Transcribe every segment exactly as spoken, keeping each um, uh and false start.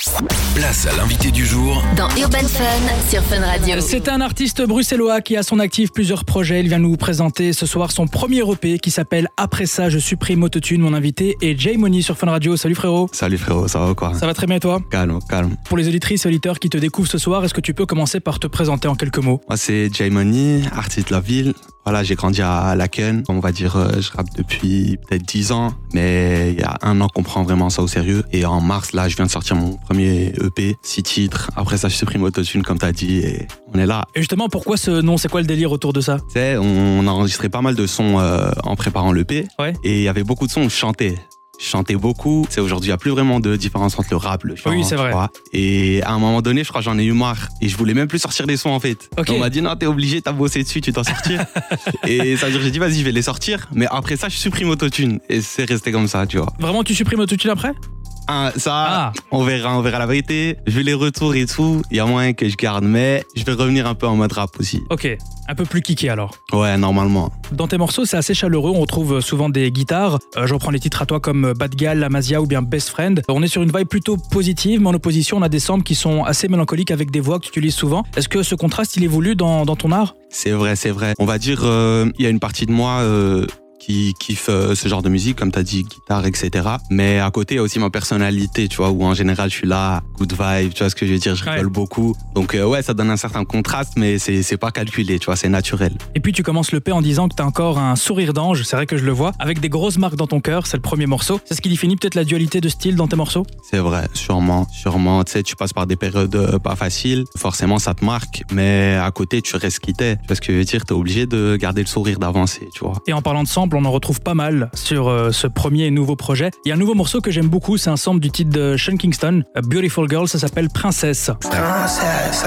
Place à l'invité du jour dans Urban Fun sur Fun Radio. C'est un artiste bruxellois qui a à son actif plusieurs projets. Il vient nous présenter ce soir son premier E P qui s'appelle Après ça, je supprime Autotune. Mon invité est Jay Money sur Fun Radio. Salut frérot. Salut frérot, ça va quoi? Ça va très bien et toi? Calme, calme. Pour les auditrices et auditeurs qui te découvrent ce soir, est-ce que tu peux commencer par te présenter en quelques mots? Moi c'est Jay Money, artiste de la ville. Voilà, j'ai grandi à Laken. On va dire, euh, je rappe depuis peut-être dix ans, mais il y a un an qu'on prend vraiment ça au sérieux. Et en mars, là, je viens de sortir mon premier E P, six titres. Après ça, je supprime Autotune, comme t'as dit, et on est là. Et justement, pourquoi ce nom? C'est quoi le délire autour de ça? Tu sais, on a enregistré pas mal de sons euh, en préparant l'E P. Ouais. Et il y avait beaucoup de sons où je chantais. Je chantais beaucoup. C'est aujourd'hui, il n'y a plus vraiment de différence entre le rap, le chant. Oui, c'est vrai. Vois. Et à un moment donné, je crois que j'en ai eu marre. Et je voulais même plus sortir des sons, en fait. Okay. On m'a dit, non, t'es obligé, t'as bossé dessus, tu dois sortir. Et ça veut dire, j'ai dit, vas-y, je vais les sortir. Mais après ça, je supprime Autotune. Et c'est resté comme ça, tu vois. Vraiment, tu supprimes Autotune après? Ah, ça, ah. on verra, on verra la vérité. Je vais les retours et tout. Il y a moyen que je garde, mais je vais revenir un peu en mode rap aussi. Ok, un peu plus kické alors. Ouais, normalement. Dans tes morceaux, c'est assez chaleureux. On retrouve souvent des guitares. Euh, je reprends les titres à toi comme Bad Gal, Amazia ou bien Best Friend. On est sur une vibe plutôt positive, mais en opposition, on a des samples qui sont assez mélancoliques avec des voix que tu utilises souvent. Est-ce que ce contraste, il est voulu dans, dans ton art? C'est vrai, c'est vrai. On va dire, euh, il y a une partie de moi... Euh, qui kiffe euh, ce genre de musique, comme t'as dit, guitare, et cetera. Mais à côté, il y a aussi ma personnalité, tu vois, où en général, je suis là, good vibe, tu vois ce que je veux dire, je rigole ouais. beaucoup. Donc euh, ouais, ça donne un certain contraste, mais c'est, c'est pas calculé, tu vois, c'est naturel. Et puis tu commences le P en disant que t'as encore un sourire d'ange, c'est vrai que je le vois, avec des grosses marques dans ton cœur, c'est le premier morceau. C'est ce qui définit peut-être la dualité de style dans tes morceaux? C'est vrai, sûrement, sûrement. Tu sais, tu passes par des périodes euh, pas faciles, forcément ça te marque, mais à côté, tu restes qui t'es. Tu vois ce que je veux dire, t'es obligé de garder le sourire, d'avancer, tu vois. Et en parlant de sample, on en retrouve pas mal sur euh, ce premier nouveau projet. Il y a un nouveau morceau que j'aime beaucoup, c'est un sample du titre de Sean Kingston, A Beautiful Girl, ça s'appelle Princesse. Princesse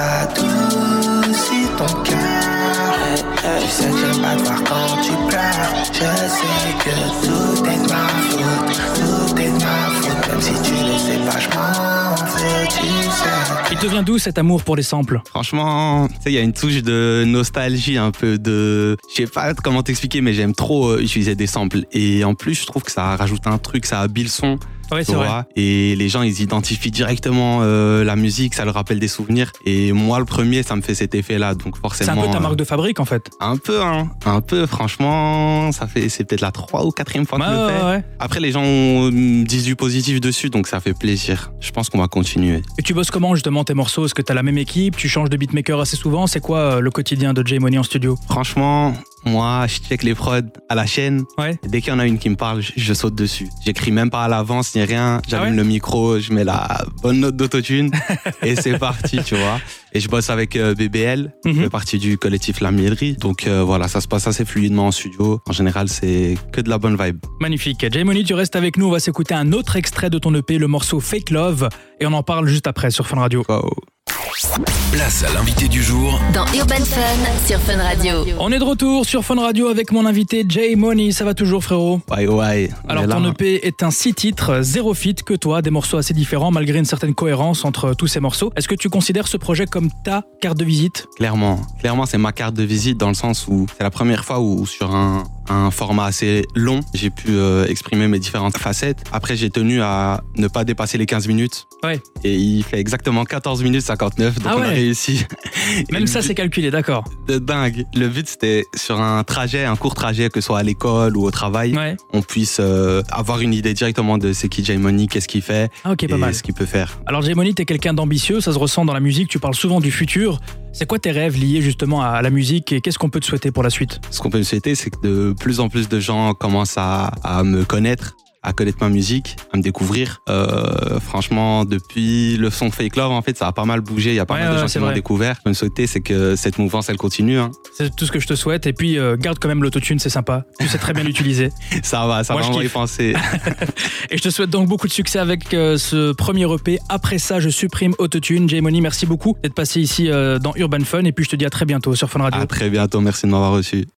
adoucis ton cœur. Tu sais que j'aime pas te voir quand tu pleures. Je sais que tout est de ma faute, tout est de ma faute. Même si tu le sais pas, je m'en veux, tu sais. Il te vient d'où cet amour pour les samples? Franchement, tu sais, il y a une touche de nostalgie, un peu de... Je sais pas comment t'expliquer, mais j'aime trop euh, utiliser des samples. Et en plus, je trouve que ça rajoute un truc, ça habille le son. Ouais, c'est vrai. Et les gens, ils identifient directement euh, la musique, ça leur rappelle des souvenirs. Et moi, le premier, ça me fait cet effet-là. Donc forcément. C'est un peu ta euh, marque de fabrique, en fait. Un peu, hein. Un peu, franchement. Ça fait, c'est peut-être la troisième ou quatrième fois que ouais, je le fais. Ouais, ouais. Après, les gens me disent du positif dessus, donc ça fait plaisir. Je pense qu'on va continuer. Et tu bosses comment, justement, tes morceaux? Est-ce que t'as la même équipe? Tu changes de beatmaker assez souvent? C'est quoi euh, le quotidien de Jay Money en studio? Franchement, moi, je check les prods à la chaîne. Ouais. Dès qu'il y en a une qui me parle, je, je saute dessus. J'écris même pas à l'avance ni rien. J'allume ah ouais le micro, je mets la bonne note d'autotune et c'est parti, tu vois. Et je bosse avec euh, B B L, qui mm-hmm. fait partie du collectif La Mielerie. Donc euh, voilà, ça se passe assez fluidement en studio. En général, c'est que de la bonne vibe. Magnifique. Jay Money, tu restes avec nous. On va s'écouter un autre extrait de ton E P, le morceau Fake Love. Et on en parle juste après sur Fun Radio. Wow. Place à l'invité du jour dans Urban Fun sur Fun Radio. On est de retour sur Fun Radio avec mon invité Jay Money. Ça va toujours, frérot? Ouais, ouais. Alors ton E P est un six titres, zéro feat que toi, des morceaux assez différents malgré une certaine cohérence entre tous ces morceaux. Est-ce que tu considères ce projet comme ta carte de visite? Clairement, clairement c'est ma carte de visite dans le sens où c'est la première fois où sur un, un format assez long, j'ai pu euh, exprimer mes différentes facettes. Après j'ai tenu à ne pas dépasser les quinze minutes. Ouais. Et il fait exactement quatorze minutes cinquante-neuf, donc ah ouais. on a réussi. Même ça, c'est calculé, d'accord. De dingue. Le but, c'était sur un trajet, un court trajet, que ce soit à l'école ou au travail, ouais. on puisse euh, avoir une idée directement de c'est qui Jay Money, qu'est-ce qu'il fait ah, okay, et pas mal. Ce qu'il peut faire. Alors Jay Money, t'es quelqu'un d'ambitieux, ça se ressent dans la musique, tu parles souvent du futur. C'est quoi tes rêves liés justement à la musique et qu'est-ce qu'on peut te souhaiter pour la suite? Ce qu'on peut me souhaiter, c'est que de plus en plus de gens commencent à, à me connaître, à connaître ma musique, à me découvrir. Euh, franchement, depuis le son Fake Love, en fait, ça a pas mal bougé. Il y a pas ouais, mal de ouais, gens qui m'ont découvert. Ce que je peux me souhaiter, c'est que cette mouvance, elle continue. Hein. C'est tout ce que je te souhaite. Et puis, euh, garde quand même l'autotune, c'est sympa. Tu sais très bien l'utiliser. Ça va, ça Moi, va, on va y penser. Et je te souhaite donc beaucoup de succès avec euh, ce premier E P. Après ça, je supprime Autotune. Jay Money, merci beaucoup d'être passé ici euh, dans Urban Fun. Et puis, je te dis à très bientôt sur Fun Radio. À très bientôt, merci de m'avoir reçu.